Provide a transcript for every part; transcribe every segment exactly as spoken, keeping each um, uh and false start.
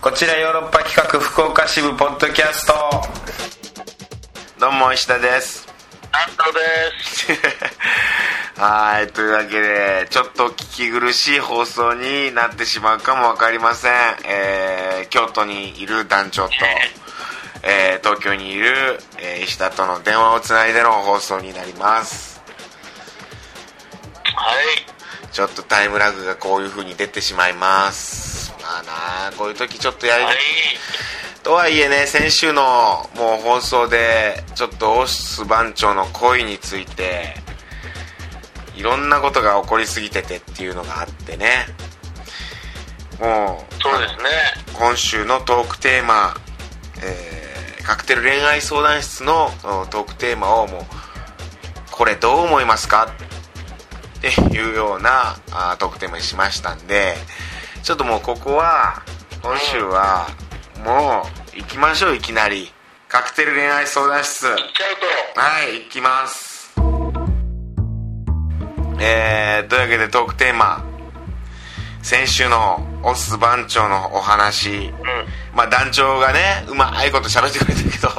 こちらヨーロッパ企画福岡支部ポッドキャスト。どうも石田です。 安藤ですはい、というわけでちょっと聞き苦しい放送になってしまうかも分かりません。えー、京都にいる団長と、えー、東京にいる、えー、石田との電話をつないでの放送になります。 はい、 ちょっとタイムラグがこういう風に出てしまいます。まあな、こういう時ちょっとやり、はい、とはいえね、先週のもう放送でちょっとオス番長の恋についていろんなことが起こりすぎててっていうのがあってね、もうそうですね、 今週のトークテーマ、えー、カクテル恋愛相談室のトークテーマをもうこれどう思いますかっていうようなあトークテーマにしましたんで、ちょっともうここは今週はもう行きましょう。いきなりカクテル恋愛相談室行っちゃうと、はい行きます。えー、というわけでトークテーマ、先週のオス番長のお話、うん、まあ団長がねうまいこと喋ってくれたけど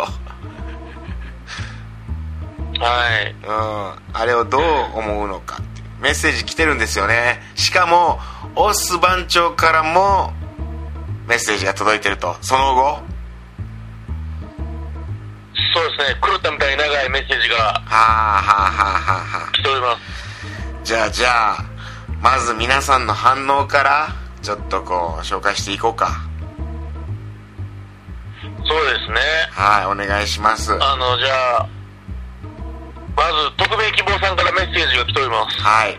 はい、 うん、あれをどう思うのかっていうメッセージ来てるんですよね。しかもオス番長からもメッセージが届いてると。その後そうですね、狂ったみたいに長いメッセージがはあはあはあはあ来ております。 じゃあじゃあまず皆さんの反応からちょっとこう紹介していこうか。 そうですね、 はい、お願いします。 あのじゃあまず匿名希望さんからメッセージが来ております。 はい。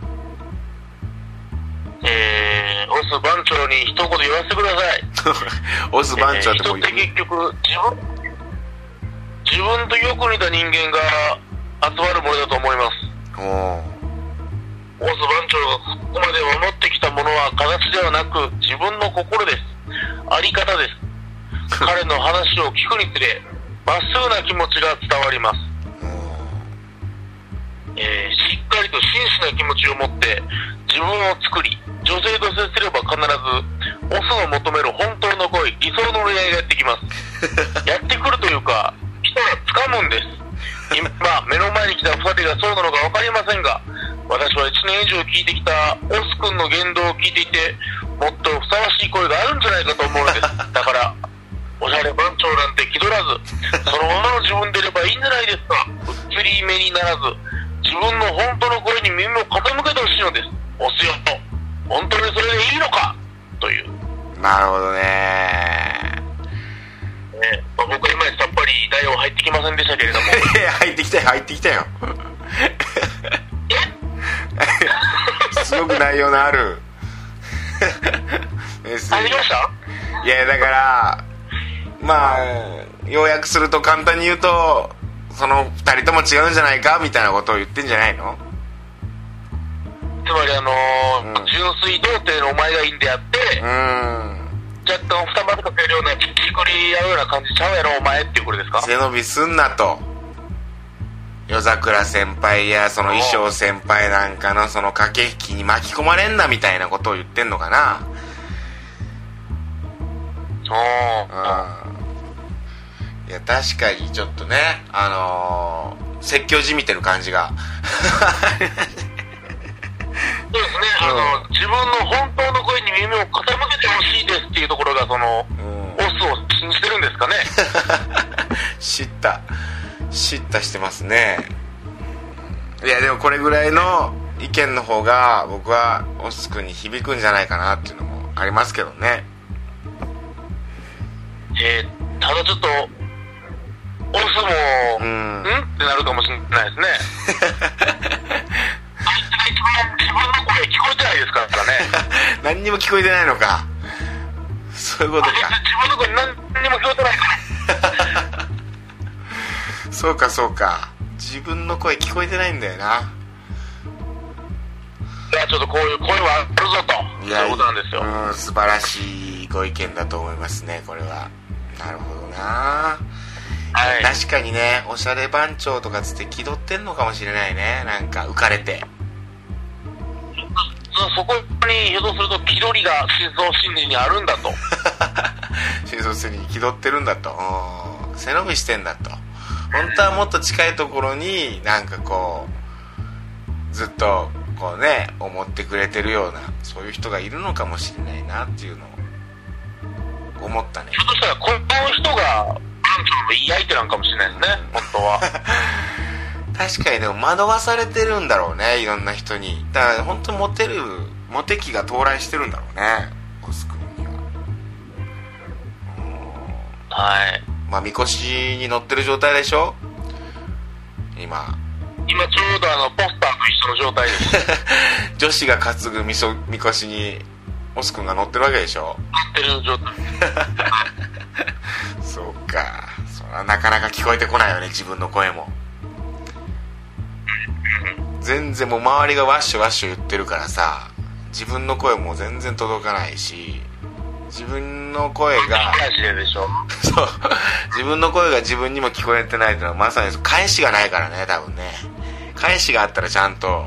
えー、オス番長に一言言わせてくださいオス番長ってもう、 えー、人って結局自分自分とよく似た人間が集まるものだと思います。 おオス番長がここまで守ってきたものは形ではなく自分の心です。あり方です彼の話を聞くにつれまっすぐな気持ちが伝わります。えー、しっかりと真摯な気持ちを持って自分を作り、女性と接すれば必ずオスの求める本当の恋、理想の恋愛がやってきますやってくるというか来たら掴むんです。今目の前に来たふたりがそうなのか分かりませんが、私はいちねん以上聞いてきたオス君の言動を聞いていて、もっとふさわしい声があるんじゃないかと思うんですだからおしゃれ番長なんて気取らずそのままの自分でいればいいんじゃないですか。うっつり目にならず自分の本当の声に耳を傾けてほしいのです。オスよ、本当にそれでいいのかという。 なるほどね。 ね、まあ、僕は今さっぱり内容入ってきませんでしたけれどもいや入ってきたよ入ってきたよすごく内容のあるメッセージありました。 いやだからまあ要約すると簡単に言うとそのふたりとも違うんじゃないかみたいなことを言ってんじゃないの。 つまりあのーうん、純粋童貞のお前がいいんであって、 うん、 若干二股かけるようなちっちくり合うような感じちゃうやろお前っていうことですか。 背伸びすんなと。夜桜先輩やその衣装先輩なんかのその駆け引きに巻き込まれんなみたいなことを言ってんのかな。 そういや確かにちょっとね、あのー、説教じみてる感じがそうですね、あの、うん、自分の本当の声に耳を傾けてほしいですっていうところがその、うん、オスを信じてるんですかね知った知ったしてますね。いやでもこれぐらいの意見の方が僕はオス君に響くんじゃないかなっていうのもありますけどね。 えー、ただちょっとオスもうん、んってなるかもしれないですね自分の声聞こえてないですからね何にも聞こえてないのか。そういうことか。 自分の声何にも聞こえてないからそうかそうか、自分の声聞こえてないんだよな。 いやちょっとこういう声はあるぞと、いやそういうことなんですよ。 うん、素晴らしいご意見だと思いますねこれは。なるほどな。はい、確かにね、おしゃれ番長とかつって気取ってんのかもしれないね。なんか浮かれてそこにひょっとすると気取りが深層心理にあるんだと要するに気取ってるんだと、うん、背伸びしてんだと。本当はもっと近いところになんかこうずっとこうね思ってくれてるようなそういう人がいるのかもしれないなっていうのを思ったね。 ひょっとしたらこの人が班長のいい相手なんかもしれないですね、うん、本当は確かにでも惑わされてるんだろうね、いろんな人に。だから本当にモテるモテ期が到来してるんだろうね、オス君には。 はい。 まあみこしに乗ってる状態でしょ今。 今ちょうどあのポスターと一緒の状態です女子が担ぐみそみこしにオス君が乗ってるわけでしょ。 乗ってる状態そうか、それはなかなか聞こえてこないよね、自分の声も。全然もう周りがワッシュワッシュ言ってるからさ、自分の声も全然届かないし、自分の声がそう自分の声が自分にも聞こえてないというのはまさに返しがないからね、多分ね。返しがあったらちゃんと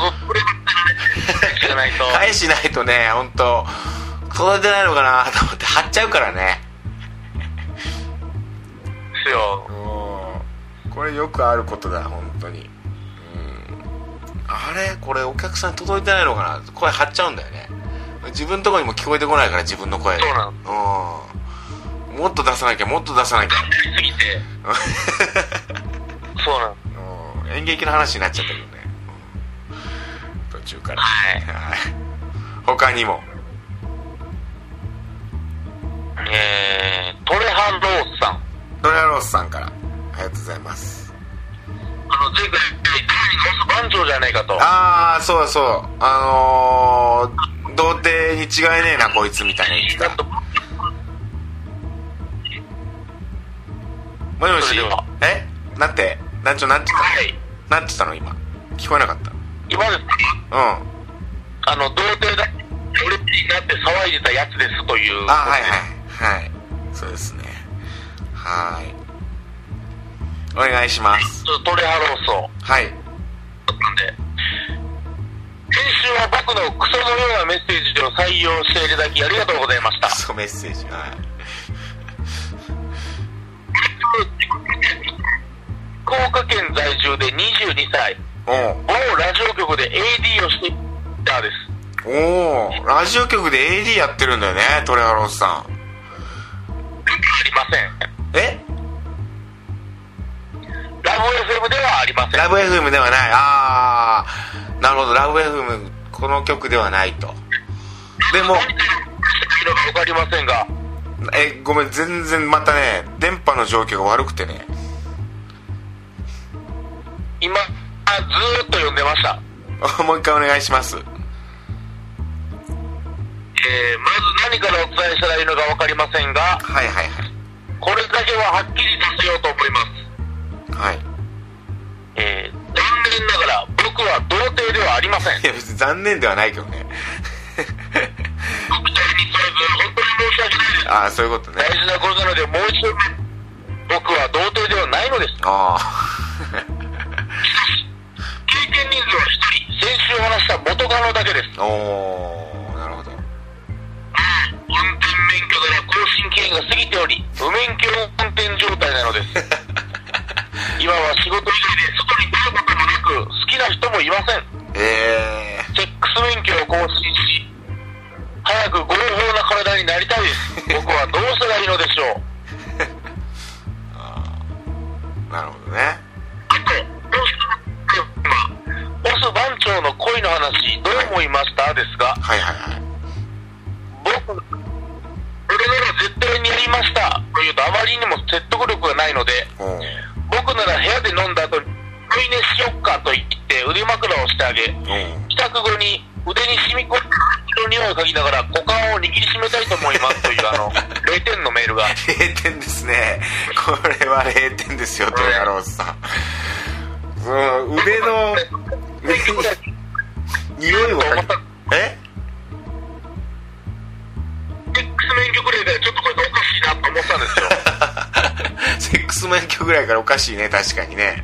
返しないとね、本当届いてないのかなと思って貼っちゃうからね。 ですよ。 これよくあることだ本当に。あれこれお客さんに届いてないのかな、声張っちゃうんだよね。自分のところにも聞こえてこないから、自分の声で。 そうなの。 うん、もっと出さなきゃもっと出さなきゃ頑張りすぎてそうなの。 演劇の話になっちゃったけどね、うん、途中からはい他にもえー、トレハロースさんトレハロースさんからありがとうございます。 あの前回番長じゃないかと。 ああそうそう、あのー、童貞に違いねえなこいつみたいな言ってた。もしもし、えなんて団長なんて言ったの、はい、なんて言ったの今聞こえなかった。 今ですか。 うん、 あの童貞だ俺になって騒いでたやつですという。 あはいはいはい、そうですね。はいお願いします。 トレハロースをはいなんで先週は僕のクソのようなメッセージを採用していただきありがとうございました。 クソメッセージ、はい。 福岡県在住でにじゅうにさい、某ラジオ局で エーディー をしていたです。 おお、ラジオ局で エーディー やってるんだよね、トレハロースさん。 ありません。 えラブ エフエム ではありません。 ラブ エフエム ではない。ああ、なるほど、ラブ エフエム この曲ではないと。でも分かりませんが、 えごめん、全然またね電波の状況が悪くてね、 今あずーっと読んでました。 もう一回お願いします。 えー、まず何からお伝えしたらいいのか分かりませんが、 はいはいはい、 これだけははっきりさせようと思います。 はい。 えー、残念ながら僕は童貞ではありません。 いや別に残念ではないけどね僕たちにそれぞれ本当に申し訳ないです。 ああそういうことね。 大事なことなのでもう一度、僕は童貞ではないのです。 ああ経験人数はひとり、先週お話した元カノだけです。 おお、なるほど。 運転免許から更新期限が過ぎており、無免許運転状態なのです今は仕事以外で外に出ることもなく、好きな人もいません。 えセックス免許を更新し、早く合法な体になりたいです僕はどうしたらいいのでしょうああ、なるほどね。 あとオス番長の恋の話どう思いました、はい、ですが、 はいはいはい、 僕俺なら絶対にやりましたというとあまりにも説得力がないので、僕なら部屋で飲んだ後に恋寝しよっかと言って腕枕をしてあげ、帰宅後に腕に染み込んだの匂いを嗅ぎながら股間を握りしめたいと思いますというあのれいてんのメールが。 れいてんですね。これはれいてんですよ、トレハロースさん。その腕の匂いを嗅ぎ、えセックス免許ぐらいでちょっとこれおかしいなと思ったんですよセックス免許ぐらいからおかしいね、確かにね。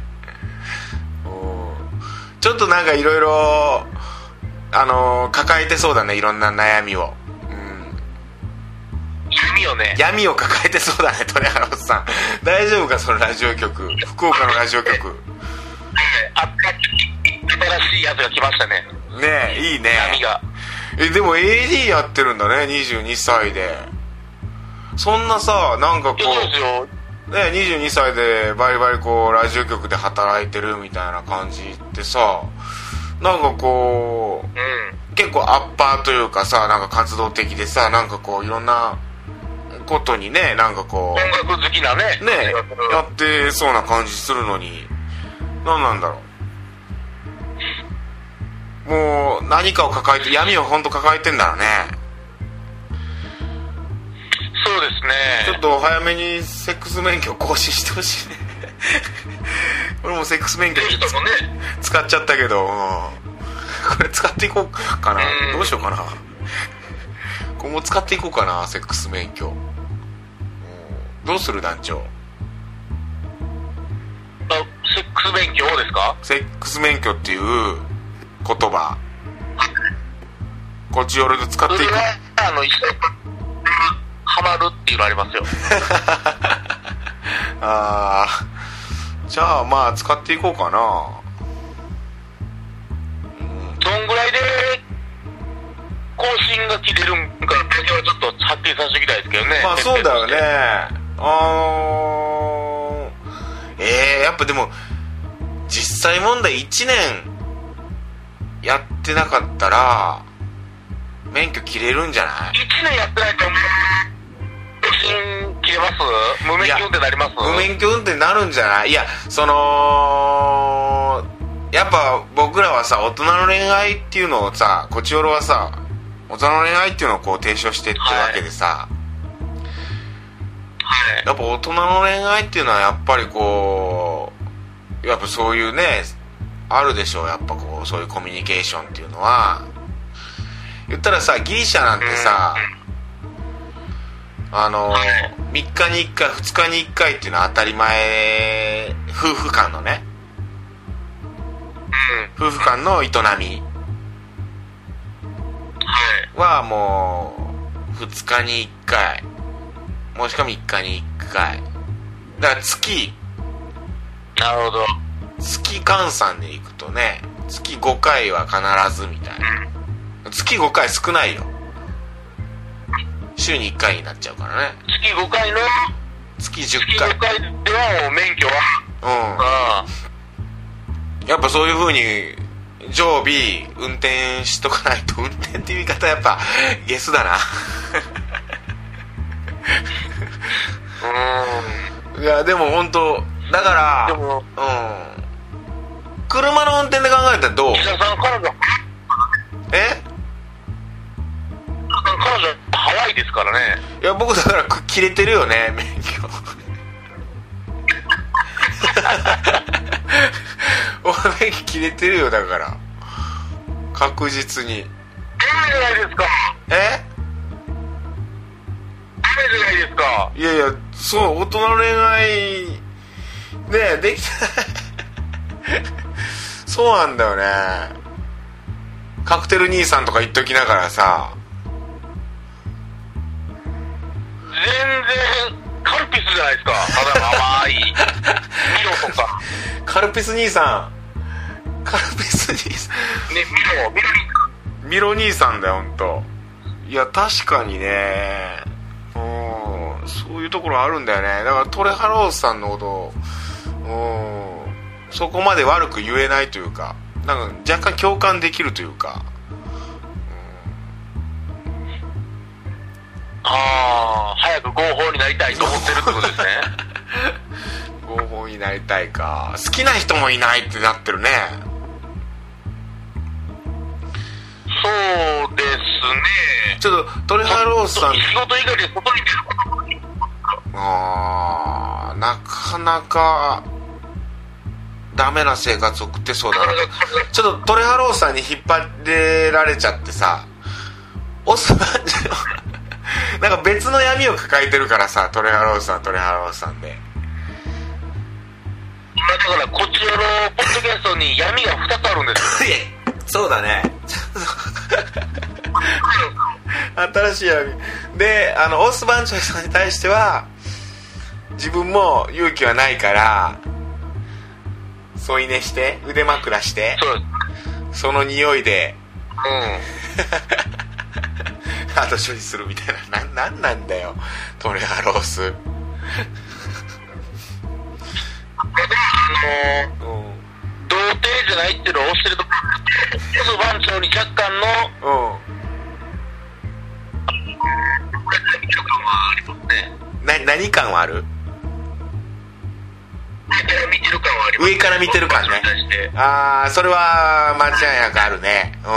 ちょっとなんかいろいろあのー、抱えてそうだね、いろんな悩みを。うん、 悩みよね。 闇を抱えてそうだね、トレハロスさん。大丈夫か、そのラジオ局、福岡のラジオ局。 あ、新しいやつが来ましたね。 ねえ、いいね。 闇が。 え、でも エーディー やってるんだね、にじゅうにさいで。そんなさ、なんかこう、 そうですよ。 ね、にじゅうにさいでバリバリこうラジオ局で働いてるみたいな感じってさ、なんかこう、 うん、 結構アッパーというかさ、なんか活動的でさ、なんかこういろんなことにね、なんかこう音楽好きなねねやってそうな感じするのに、何なんだろう、もう何かを抱えて、闇を本当抱えてんだろうね。 そうですね。 ちょっと早めにセックス免許を更新してほしいね俺もセックス免許ぜひともね使っちゃったけど、うん、これ使っていこうかな、 うん、 どうしようかな今後使っていこうかな、セックス免許、うん、どうする団長。 あ、セックス免許をですか。 セックス免許っていう言葉、こっち俺で使っていく。 あの一緒にハマるっていうのありますよああ、じゃあまあ使っていこうかな。 どんぐらいで更新が切れるんかだけはちょっとはっきりさせておきたいですけどね。 まあそうだよね。あのー、えー、やっぱでも実際問題いちねんやってなかったら免許切れるんじゃない？ いちねんやってないと更新切れます？無免許運転になります？ 無免許運転になるんじゃない？いや、そのやっぱ僕らはさ、大人の恋愛っていうのをさ、こちおろはさ、大人の恋愛っていうのをこう提唱してってるわけでさ、 はい、 やっぱ大人の恋愛っていうのはやっぱりこう、やっぱそういうね、あるでしょう、やっぱこうそういうコミュニケーションっていうのは。言ったらさ、ギリシャなんてさ、あのみっかにいっかいふつかにいっかいっていうのは当たり前、夫婦間のね、夫婦間の営みはもうふつかにいっかい、もしくはみっかにいっかいだから月、 なるほど、 月換算でいくとね、月ごかいは必ずみたいな。月ごかい少ないよ、週にいっかいになっちゃうからね。 月ごかいの月じゅっかい、 月ごかいではもう免許は、 うん、やっぱそういう風に常備運転しとかないと。運転っていう言い方やっぱゲスだなうん、いやでも本当だから、でも、うん、車の運転で考えたらどう？ 石田さん、彼女え彼女ハワイですからね。 いや僕だから切れてるよね、免許俺免許切れてるよ、だから確実に。 ダメじゃないですか。 えダメじゃないですか。 いやいや、そう大人の恋愛ねできたそうなんだよね。カクテル兄さんとか言っときながらさ、 全然カルピスじゃないですか。ただ甘いミロとか。 カルピス兄さん、カルピス兄さんね、ミロミロミロ兄さんだよ、ほんと。いや確かにね、うん、そういうところあるんだよね。だからトレハロースさんのことを、うん、そこまで悪く言えないというか、なんか若干共感できるというか、 ああ、早く合法になりたいと思ってるってことですね合法になりたいか。好きな人もいないってなってるね。 そうですね。 ちょっとトレハロースさん、 仕事以外で外に出ることが、 あー、なかなかダメな生活を送ってそうだな。ちょっとトレハロースさんに引っ張られちゃってさ、オスマンジなんか別の闇を抱えてるからさ、トレハロースさんトレハロースさんで。 だからこっちのポッドキャストに闇がふたつあるんですよ。 いやそうだね新しい闇で、あのオス番長さんに対しては自分も勇気はないから添い寝して腕枕してその匂いでうん後処理するみたいな、な、なんなんだよトレハロースあのーうん、童貞じゃないっていうのを押してるとオス番長に若干のうんな何感はある？ 上から見てる感はあります。 上から見てる感ね。ああ、それは間違いなくあるね。うん。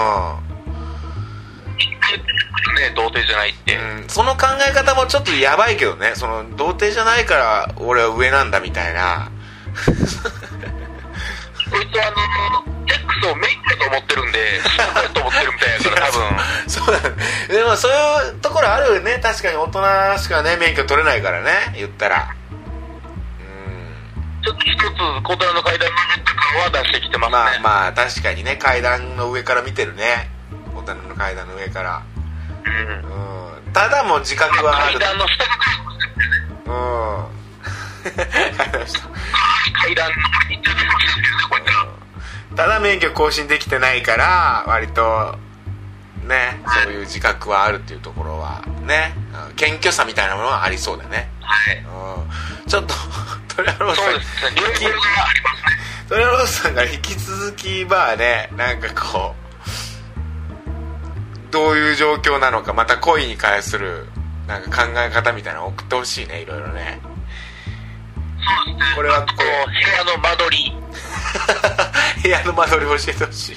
ね、童貞じゃないって、 うん。その考え方もちょっとやばいけどね。その童貞じゃないから俺は上なんだみたいな。 こいつはあのセックスをメインだと思ってるんで、しんどいと思ってるみたいやから多分。 そうだね。でもそういうところあるよね。確かに大人しかね免許取れないからね。言ったら。 ちょっと一つ小虎の階段の感は出してきてますね。 まあまあ確かにね、階段の上から見てるね、小虎の階段の上から、うん、うん、ただもう自覚はある。 階段の下がうん階段のただ免許更新できてないから割とね、そういう自覚はあるっていうところはね、謙虚さみたいなものはありそうだね。 はい、 うん、ちょっとトレハローさん、 そうですね、両方がありますね。 トレハローさんが引き続きまあね、なんかこうどういう状況なのか、また恋に関するなんか考え方みたいなの送ってほしいね、いろいろね。 そうですね、これはこう部屋の間取り部屋の間取り教えてほしい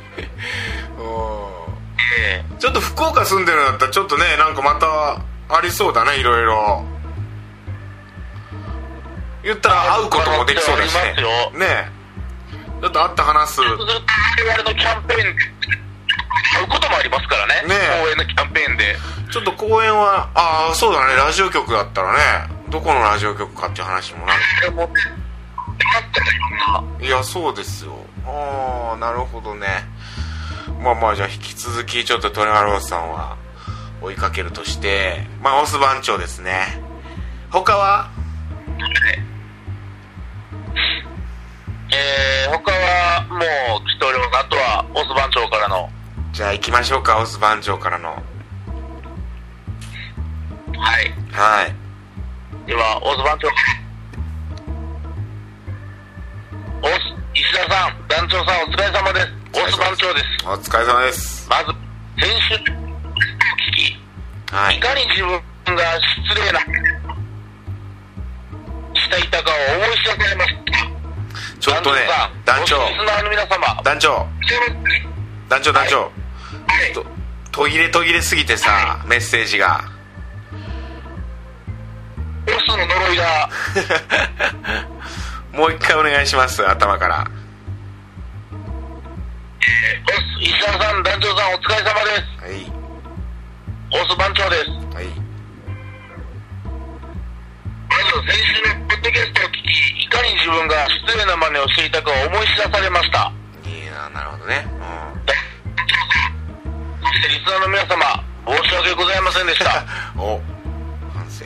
えー、ちょっと福岡住んでるんだったらちょっとね、なんかまたありそうだね、いろいろ言ったら会うこともできそうだしね。ねえ、だって会って話す。 我々のキャンペーンで会うこともありますからね。ねえ、公演のキャンペーンでちょっと公演は、ああそうだね、ラジオ局だったらね、どこのラジオ局かっていう話もなる。いやそうですよ。ああなるほどね。まあまあ、じゃあ引き続きちょっとトレハローさんは追いかけるとして、まあオス番長ですね。他は？ えー、他はもう来ております。あとはオス番長からの。 じゃあ行きましょうか、オス番長からの。 はいはい。 ではオス番長、オス石田さん、団長さんお疲れ様です。オス番長です。 お疲れ様です。 まず先週聞き、はい、いかに自分が失礼なしていたかを思い知らされました。 ちょっとね、団長、 リスナーの皆様、 団長、団長、団長、はい、と途切れ途切れすぎてさ、はい、メッセージがオスの呪いがもう一回お願いします、頭から。 オス石田さん、団長さんお疲れ様です。 はい。 オス番長です。 はい。 まず先週のポッドキャストを聞き、いかに自分が失礼な真似をしていたかを思い知らされました。 いいな、なるほどね。うん。 そしてリスナーの皆様、申し訳ございませんでした。 お、反省。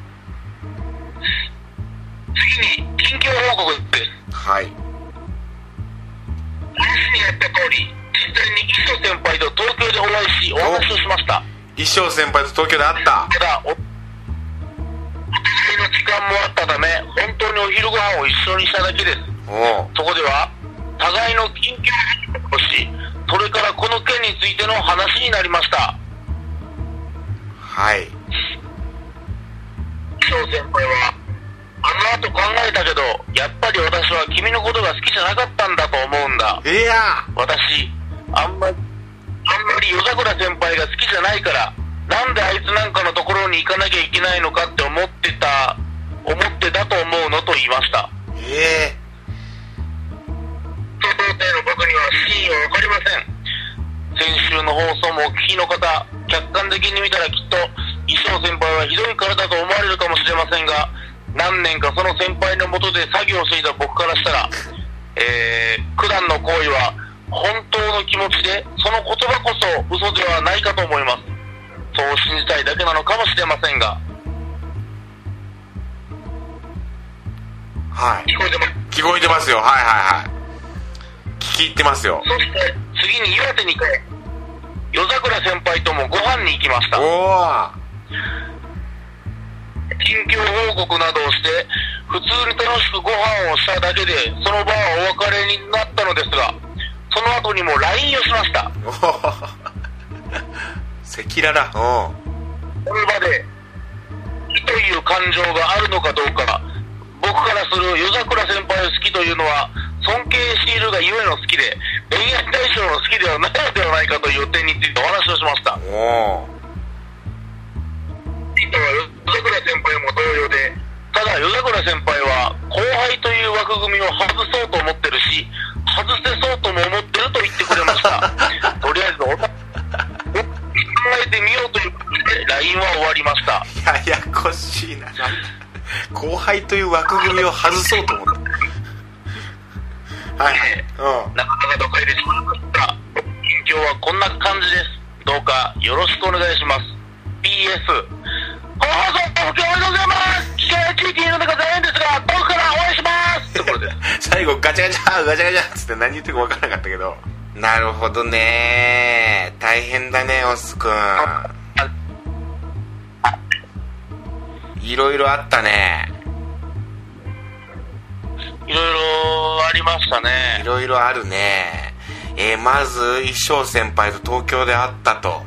次に近況報告です。 はい。 話にあった通り、実際に衣装先輩と東京でお会いし、お話をしました。 衣装先輩と東京で会った。 ただ、お互いの時間もあったため、本当にお昼ご飯を一緒にしただけです。 おそこでは、互いの近況を報告し、それからこの件についての話になりました。 はい。 衣装先輩は、あの後考えたけど、やっぱり私は君のことが好きじゃなかったんだと思うんだ。 いや私、あんまり、あんまり夜桜先輩が好きじゃないから、なんであいつなんかのところに行かなきゃいけないのかって思ってた、思ってたと思うのと言いました。 ええー。童貞の僕には真意はわかりません。先週の放送もお聞きの方、客観的に見たらきっと、衣装先輩はひどい体だと思われるかもしれませんが、何年かその先輩の下で作業していた僕からしたら、えー、九段の行為は本当の気持ちで、その言葉こそ嘘ではないかと思います。 そう信じたいだけなのかもしれませんが。 はい、 聞こえてます？ 聞こえてますよ。はいはいはい、聞き入ってますよ。 そして次に岩手に帰夜桜先輩ともご飯に行きました。 おお、 近況報告などをして普通に楽しくご飯をしただけでその場はお別れになったのですが、その後にも ライン をしました。 おお赤裸々。おこの場で好きという感情があるのかどうか、僕からする夜桜先輩を好きというのは尊敬しているがゆえの好きで、恋愛対象の好きではないのではないかという点についてお話をしました。 お今は夜桜先輩も同様で、ただ夜桜先輩は後輩という枠組みを外そうと思ってるし、外せそうとも思ってると言ってくれましたとりあえずお考えてみようということで ライン は終わりました。 ややこしいな。後輩という枠組みを外そうと思ったはい、 うん、なかなか都会でしまいました。近況はこんな感じです。どうかよろしくお願いします。 ピーエス 放送おめでとうございます。機械地域にいるのが残念ですが遠くから応援しますところです最後ガチャガチャガチャガチャっつって何言ってるか分からなかったけど、なるほどね、大変だねオスくん。いろいろあったね。 いろいろありましたね。 いろいろあるね。えー、まず衣装先輩と東京で会ったと。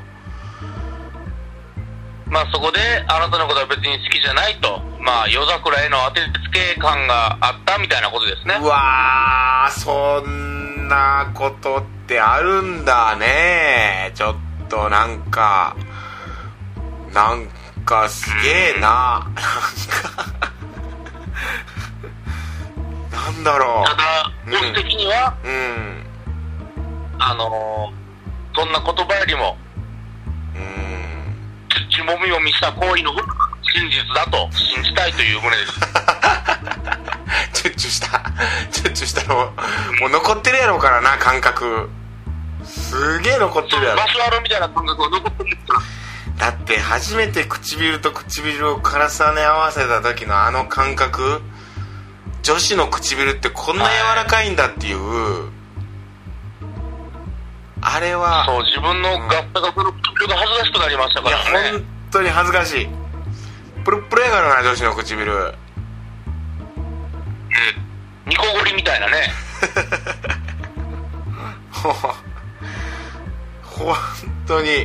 まあそこであなたのことは別に好きじゃないと、まあ夜桜への当てつけ感があったみたいなことですね。 うわー、そんなことってあるんだね。ちょっとなんかなんかすげえな、うん、なんかなんだろう。 ただ僕的には、 うん、うん、 あのー、そんな言葉よりも、 うん、 血もみを見した行為の方が真実だと信じたいという旨です。 チュッチュしたチュッチュしたのもう残ってるやろうからな、感覚すげえ残ってるやろ。 マシュマロみたいな感覚が残ってるから。 だって初めて唇と唇を重ね合わせた時のあの感覚、女子の唇ってこんな柔らかいんだっていう、はい、あれはそう、自分のガッタガタの唇が恥ずかしくなりましたからね。 いや本当に恥ずかしい。プルプルやからな、女子の唇。うん、 ニコゴリみたいなね。 ほ本当に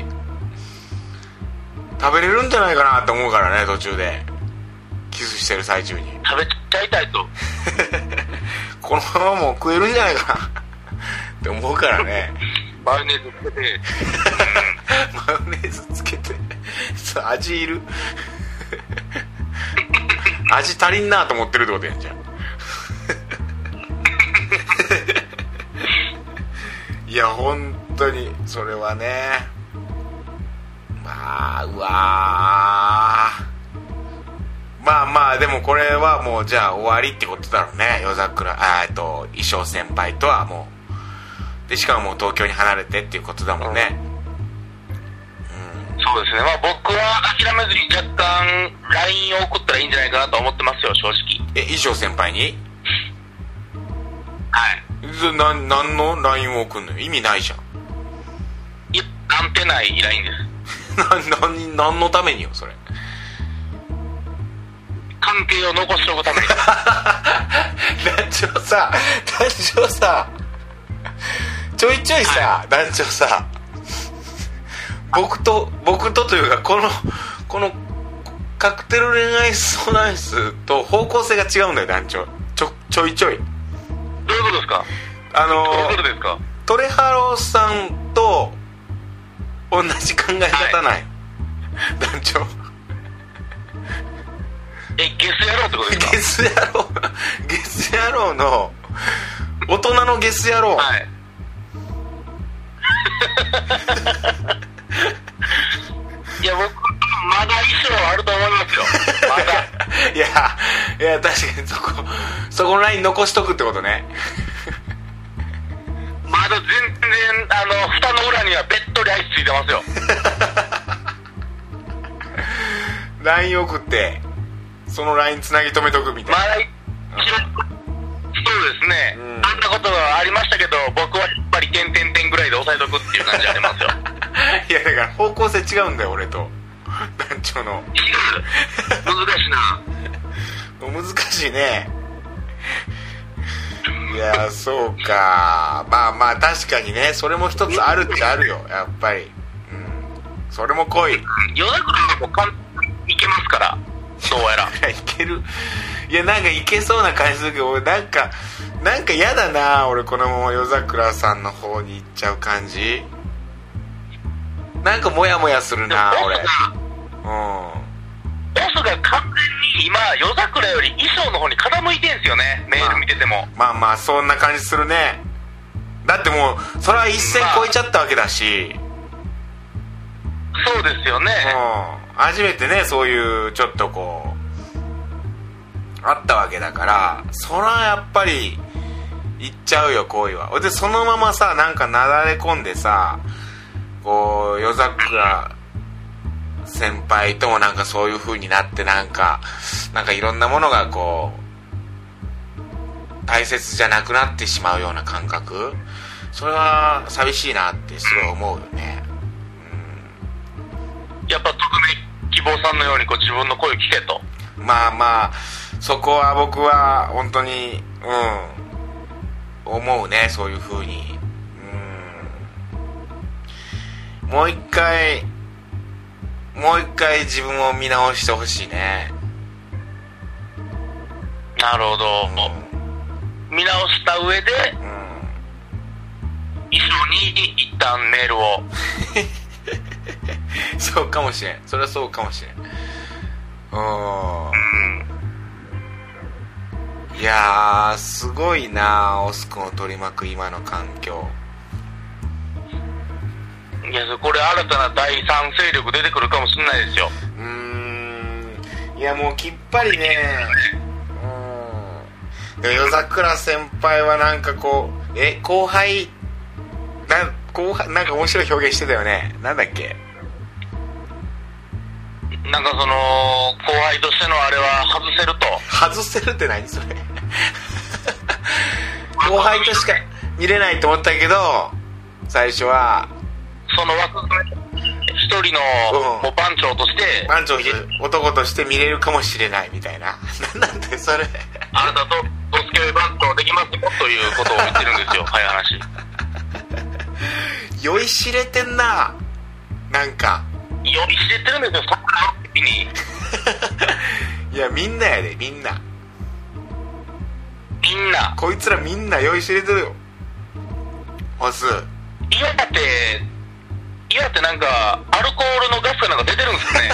食べれるんじゃないかなって思うからね、途中でキスしてる最中に食べちゃいたいとこのままもう食えるんじゃないかなって思うからね。 マヨネーズつけてマヨネーズつけてそう味いる味足りんなと思ってるってことやんじゃんいや本当にそれはね、まあうわまあまあでもこれはもうじゃあ終わりってことだろうね。夜桜あえっと衣装先輩とはもうで、しかももう東京に離れてっていうことだもんね、 うん、そうですね。まあ僕は諦めずに若干 ライン を送ったらいいんじゃないかなと思ってますよ、正直。 え、衣装先輩にはいな何の ライン を送るのよ。意味ないじゃん。 いや、なんてない ライン ですな何何のためによそれ。 関係を残しておくために団長さ団長さちょいちょいさ、はい、団長さ僕と僕とというかこのこのカクテル恋愛相談室と方向性が違うんだよ団長。ちょちょいちょい。 どういうことですか。 あのどういうことですか。 トレハロさんと同じ考え方ない、はい、団長。 え、ゲス野郎ってことですか。 ゲス野郎ゲス野郎の大人のゲス野郎。 はいいや僕まだ衣装あると思いますよ。まだいやいや確かにそこそこのライン残しとくってことね。 まだ全然あの蓋の裏にはべっとりアイスついてますよ。 ライン 送ってその ライン つなぎ止めとくみたいな、 まあ、そうですね、うん、あんなことがありましたけど僕はやっぱり点点点ぐらいで押さえとくっていう感じありますよいやだから方向性違うんだよ俺と団長の。 違う難しいな難しいね。いやそうか、まあまあ確かにね、それも一つあるっちゃあるよやっぱり、うん、それも濃い。 夜桜も簡単にいけますからどうやらいける。いやなんかいけそうな感じするけど、俺なんかなんか嫌だな、俺このまま夜桜さんの方に行っちゃう感じ、なんかモヤモヤするな俺。うん、 ボスが完全に今夜桜より衣装の方に傾いてんすよね、メール見てても。 まあまあまあそんな感じするね。だってもうそれは一線超えちゃったわけだし、 まあ、そうですよね、 うん、初めてねそういうちょっとこうあったわけだから、それはやっぱり行っちゃうよ恋は。でそのままさなんかなだれ込んでさ、こう夜桜先輩ともなんかそういう風になって、なんかなんかいろんなものがこう大切じゃなくなってしまうような感覚、それは寂しいなってすごい思うよね、 うん、やっぱ特命希望さんのようにこう自分の声を聞けと。 まあまあそこは僕は本当にうん思うね、そういう風に。うん、もう一回もう一回自分を見直してほしいね。 なるほど、うん、見直した上で、うん、衣装に一旦メールをそうかもしれん、それはそうかもしれん。うん、うん、いやーすごいなオス君を取り巻く今の環境。 いやこれ新たな第三勢力出てくるかもしれないですよ。 うーん、いやもうきっぱりね、うん、夜桜先輩はなんかこうえ後輩な後輩なんか面白い表現してたよね。なんだっけ、 なんかその後輩としてのあれは外せると。 外せるって何それ後輩としか見れないと思ったけど最初はその枠一人の、うん、もう番長として番長男として見れるかもしれないみたいななんでそれあなたとドスケベ番長できますよということを言ってるんですよ早話酔いしれてんな、なんか酔いしれてるんですよそんな時にいやみんなやで、みんなみんなこいつらみんな酔いしれてるよ。オス嫌だって嫌ってなんかアルコールのガスかなんか出てるんですね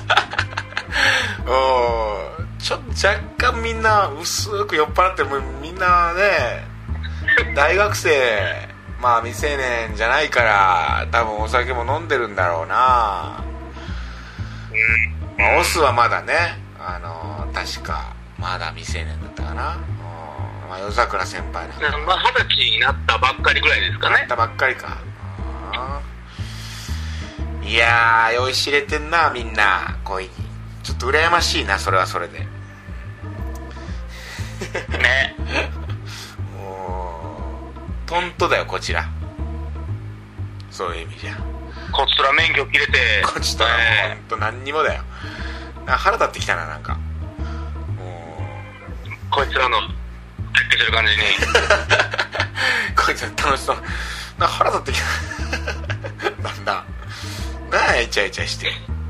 おちょっと若干みんな薄く酔っ払ってもみんなね大学生まあ未成年じゃないから多分お酒も飲んでるんだろうな、うんまあ、オスはまだねあの確かまだ未成年だったかな、まあ、夜桜先輩なんかまあ二十歳になったばっかりぐらいですかね。 なったばっかりか。いやー酔いしれてんなみんな恋に。ちょっと羨ましいなそれはそれでねもうトントだよこちら、そういう意味じゃこちとら免許切れてこちとらほんと何にもだよ。な腹立ってきたな、なんかもうこいつらの徹底してる感じにこいつら楽しそうな腹立ってきたなんだなあイチャイチャして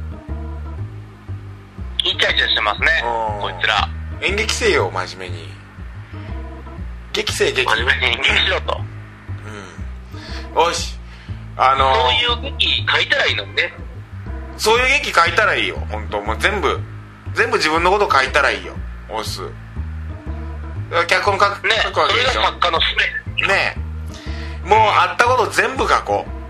イチャイチャしてますねこいつら。 演劇せよ真面目に、劇せ劇真面目に演劇しろと。 うんよし、あのー、 そういう劇書いたらいいのにね。 そういう劇書いたらいいよ本当、もう全部全部自分のこと書いたらいいよオス。脚本書く、 ね、 書くわけでしょ。 それが作家の使命ねえ、もうあったこと全部書こう。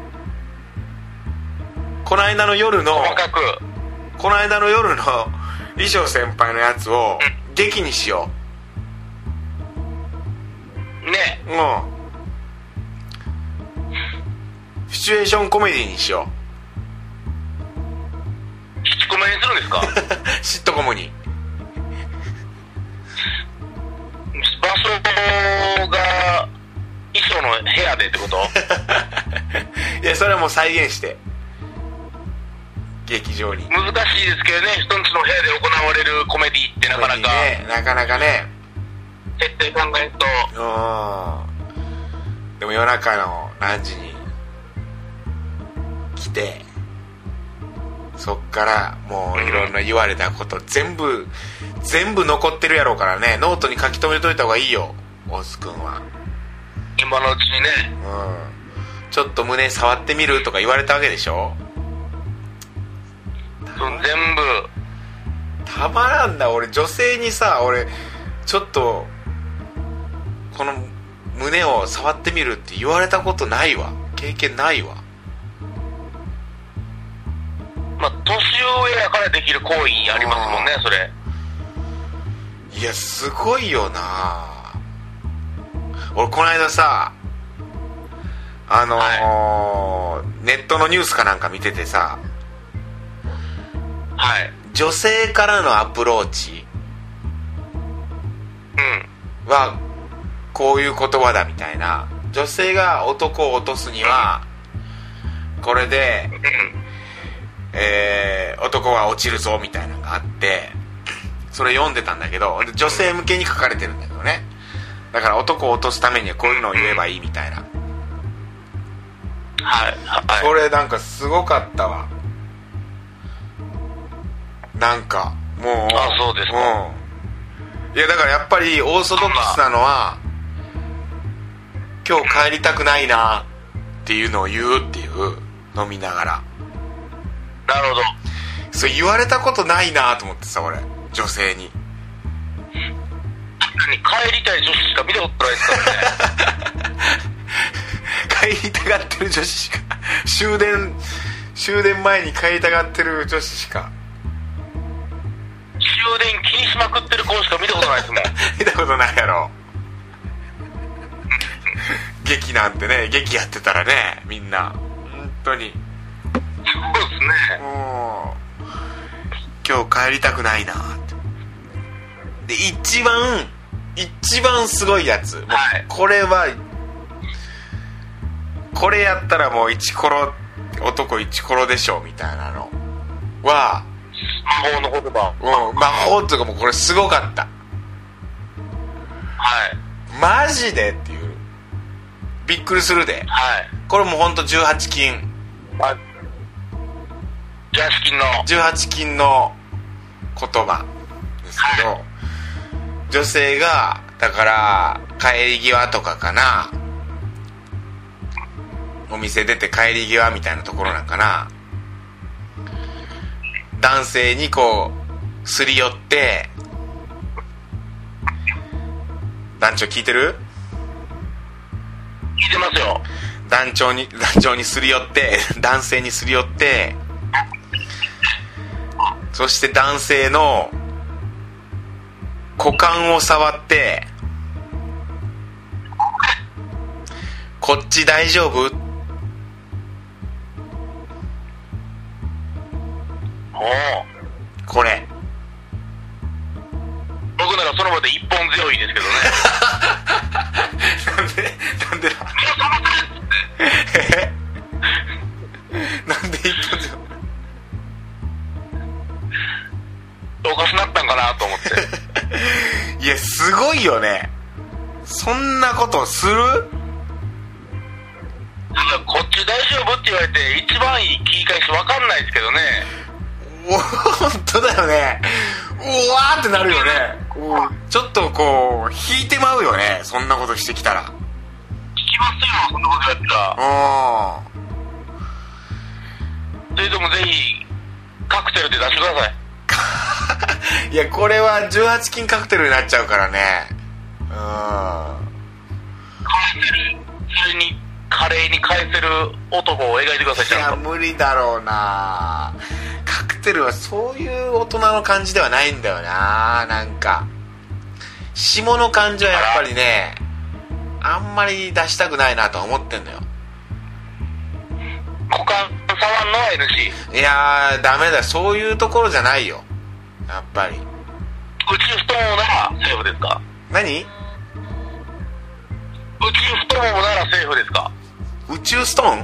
この間の夜の細かくこの間の夜の衣装先輩のやつを劇にしようね。 うんシチュエーションコメディにしよう。引き込み名前にするんですか？ シットコムに。 場所が衣装の部屋でってこと？ いや、それはもう再現して劇場に。 難しいですけどね、人んちの部屋で行われるコメディってなかなかね、なかなかね、 設定考えると。 うん。でも夜中の何時に来て、そっからもういろんな言われたこと全部全部残ってるやろうからね、ノートに書き留めといた方がいいよ、オス君は。 今のうちにね。 うん。ちょっと胸触ってみるとか言われたわけでしょ。 その全部たまらんだ。俺女性にさ、俺ちょっとこの胸を触ってみるって言われたことないわ、経験ないわ。 まあ年上やからできる行為ありますもんね、それ。 いや、すごいよな。俺この間さ、あのーはい、ネットのニュースかなんか見ててさ、 はい、 女性からのアプローチはこういう言葉だみたいな、女性が男を落とすにはこれで、えー、男は落ちるぞみたいなのがあって、それ読んでたんだけど、女性向けに書かれてるんだけどね。だから男を落とすためにはこういうのを言えばいいみたいな。 はい、はい、 それなんかすごかったわ。なんかもう、 あ、そうですか。うん、 いやだからやっぱりオーソドックスなのは、今日帰りたくないなっていうのを言うっていう、飲みながら。 なるほど。 それ言われたことないなと思ってさ、俺女性に。 帰りたい女子しか見たことないですからね。 帰りたがってる女子しか、終電終電前に帰りたがってる女子しか、 終電気にしまくってる子しか見たことないですもん。 見たことないやろ。劇なんてね、劇やってたらね、みんな本当にそうですね。 もう今日帰りたくないなって。で一番一番すごいやつ、はい、これはこれやったらもうイチコロ、男イチコロでしょみたいなのは、 魔法の言葉。 うん、魔法っていうかもうこれすごかった。 はい。 マジでっていう、びっくりするで。 はい。 これもうほんとじゅうはち金。 あ、じゅうはち金のじゅうはち金の言葉ですけど、はい、女性がだから帰り際とかかな、お店出て帰り際みたいなところなんかな、男性にこうすり寄って、団長聞いてる？ 聞いてますよ。 団長に団長にすり寄って男性にすり寄って、そして男性の股間を触って、こっち大丈夫？これ僕ならその場で一本強いですけどね。 なんでなんでだなんで一本強い、 おかしなったんかなと思って。 いやすごいよね、そんなことする？ こっち大丈夫って言われて一番いい切り返し分かんないですけどね。 本当だよね。うわーってなるよね。ちょっとこう引いてまうよね、そんなことしてきたら。 引きますよ、そんなことやったら。 うん。それでもぜひカクテルで出してください。いやこれはじゅうはち金カクテルになっちゃうからね。うん。 カクテル、それに華麗に返せる男を描いてください。ちゃんと。 いや無理だろうな。カクテルはそういう大人の感じではないんだよな。なんか下の感じはやっぱりね、あんまり出したくないなとは思ってんのよ。 股間触んのは エヌシー。 いやーダメだ、そういうところじゃないよやっぱり。 宇宙太ももならセーフですか？ 何？ 宇宙太ももならセーフですか？ 宇宙ストーン？ 宇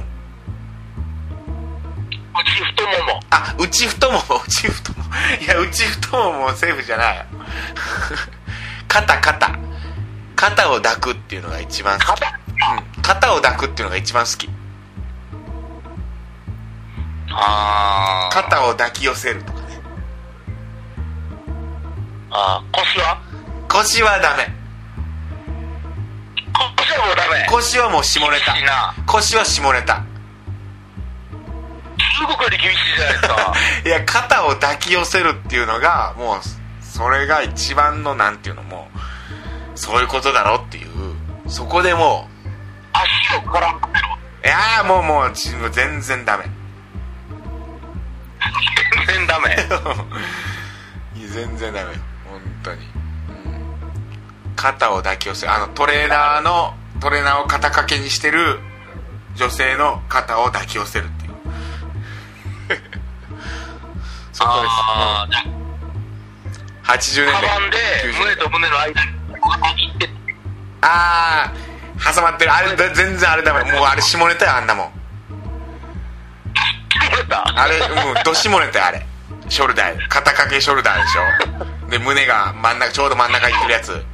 宙太もも。 あ、内太もも、内太もも。いや、内太ももセーフじゃないよ。肩、肩。肩を抱くっていうのが一番好き。 肩？ うん。肩を抱くっていうのが一番好き。 あー。 肩を抱き寄せるとかね。 あー、腰は？ 腰はダメ。 腰はもうダメ。 腰はもう下ネタ。 厳しいな。 腰は下ネタ。 中国より厳しいじゃないですか。 いや、肩を抱き寄せるっていうのがもうそれが一番のなんていうのもそういうことだろっていう、そこでもう足を絡めろ。 いやーもうもうち全然ダメ。 全然ダメ。 いや全然ダメよ本当に、うん、肩を抱き寄せる、あのトレーナーのトレーナーを肩掛けにしてる女性の肩を抱き寄せるっていうそこです。 あー、じゃあはちじゅうねんだいカバンで胸と胸の間に切ってあー挟まってるあれだ、全然あれダメ、もうあれ下ネタよあんなもん。あれもうど下ネタよあれ。ショルダー、肩掛けショルダーでしょ。で胸が真ん中、ちょうど真ん中にいってるやつ、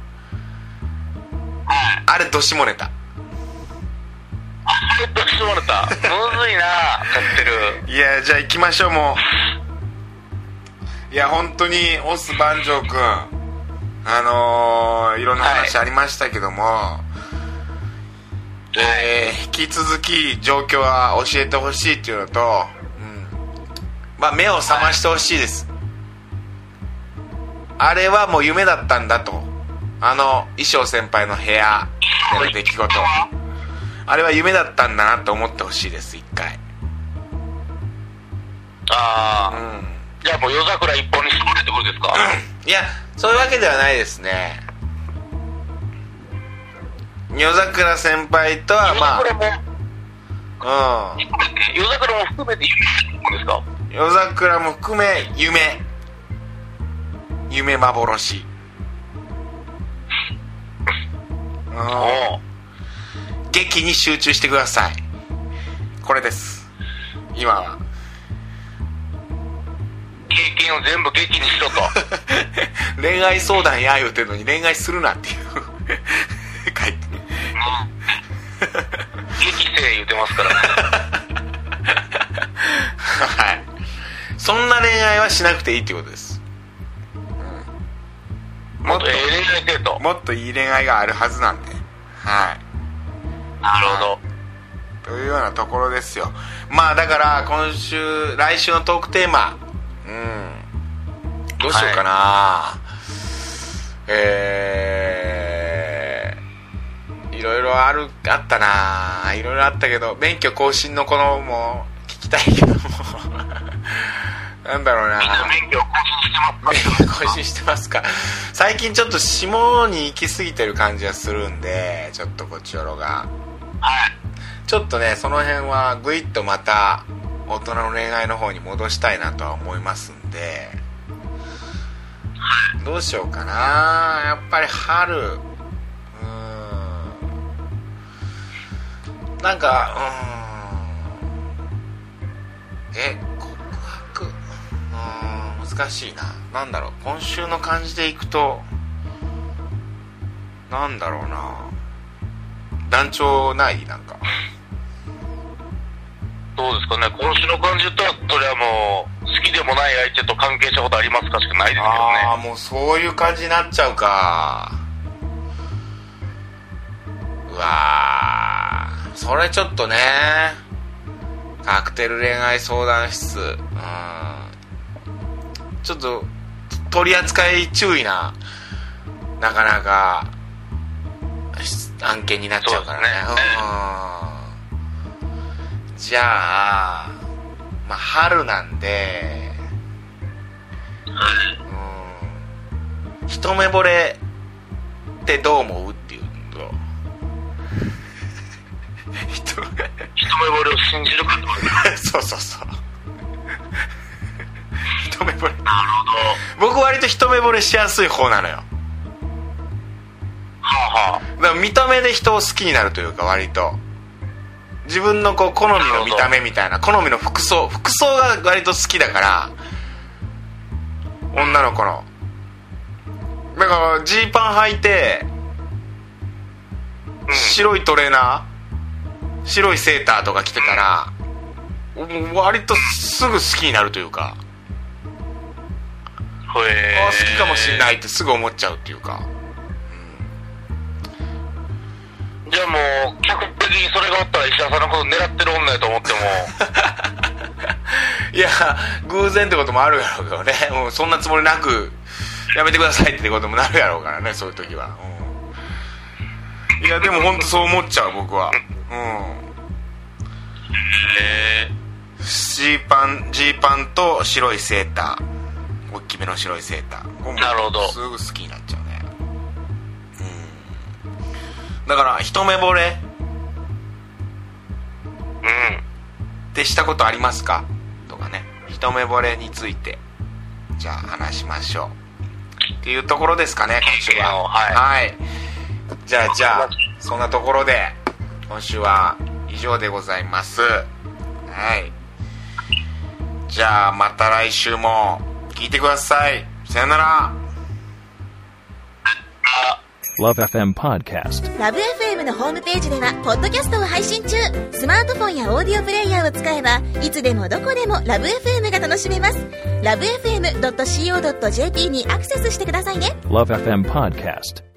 あれど下ネタ。 あれど下ネタむずいな、買ってる。 いやじゃあ行きましょうもう。いや本当にオス番長くん、あのー、いろんな話ありましたけども、はい、えー、引き続き状況は教えてほしいっていうのと、うん、まあ目を覚ましてほしいです、はい、あれはもう夢だったんだと、あの衣装先輩の部屋での出来事、あれは夢だったんだなと思ってほしいです一回。 ああ、 うん、 じゃあもう夜桜一本に絞れってことですか？ いやそういうわけではないですね。夜桜先輩とはまあ、うん、 夜桜も含めて夢ですか？ 夜桜も含め夢夢幻。うん、劇に集中してください。これです今は。 経験を全部劇にしろと。 恋愛相談や言うてるのに恋愛するなっていう書いて劇生言うてますからね。 はい、そんな恋愛はしなくていいってことです、うん、もっと、 えー、恋愛デート、 もっといい恋愛があるはずなんで、はい、 なるほど、 はい、というようなところですよ。まあだから今週来週のトークテーマ、うん、どうしようかな、はい、えー、いろいろあるあったな、いろいろあったけど免許更新のこのも聞きたいけどもなんだろうな、 免許更新してますか？ 免許更新してますか？最近ちょっと下に行き過ぎてる感じがするんで、ちょっとこっちよろが、 はい、 ちょっとねその辺はグイッとまた大人の恋愛の方に戻したいなとは思いますんで、どうしようかな。やっぱり春、うーん、なんかうーんえ告白、うーん難しいな。なんだろう、今週の感じでいくとなんだろうな、団長ない？なんかどうですかね、今週の感じとはそれはもう好きでもない相手と関係したことありますかしかないですけどね。 ああもうそういう感じになっちゃうか。うわーそれちょっとね、カクテル恋愛相談室、うん、ちょっと取り扱い注意な、なかなか案件になっちゃうからね。うん、じゃあ、まあ、春なんで、うん、一目惚れってどう思うっていうと一一目惚れを信じるかってことそうそうそう一目惚れ。なるほど。 僕割と一目惚れしやすい方なのよ。 はあはあ。 だから見た目で人を好きになるというか、割と自分のこう好みの見た目みたいな、好みの服装服装が割と好きだから、女の子のだからジーパン履いて、うん、白いトレーナー、白いセーターとか着てたら、うん、割とすぐ好きになるというか、 へあ好きかもしんないってすぐ思っちゃうっていうか、 うん、じゃあもう客的にそれがあったら石田さんのこと狙ってる女やと思ってもいや偶然ってこともあるやろうけどね、もうそんなつもりなくやめてくださいってこともなるやろうからね、そういう時は、うん、いやでも本当そう思っちゃう僕は。うん。 へージーパンジーパンと白いセーター、大きめの白いセーター、 なるほど、 すぐ好きになっちゃうね。うん。だから一目惚れうんってしたことありますかとかね、一目惚れについてじゃあ話しましょうっていうところですかね、今週は。 はい、 はい、じゃあじゃあそんなところで今週は以上でございます。はい、じゃあまた来週も聞いてください。さよなら。 ラブ エフエム Podcast。 ラブ エフエム のホームページではポッドキャストを配信中。スマートフォンやオーディオプレイヤーを使えばいつでもどこでもラブ エフエム が楽しめます。ラブ エフエムドットシーオードットジェーピー にアクセスしてくださいね。 ラブ エフエム Podcast。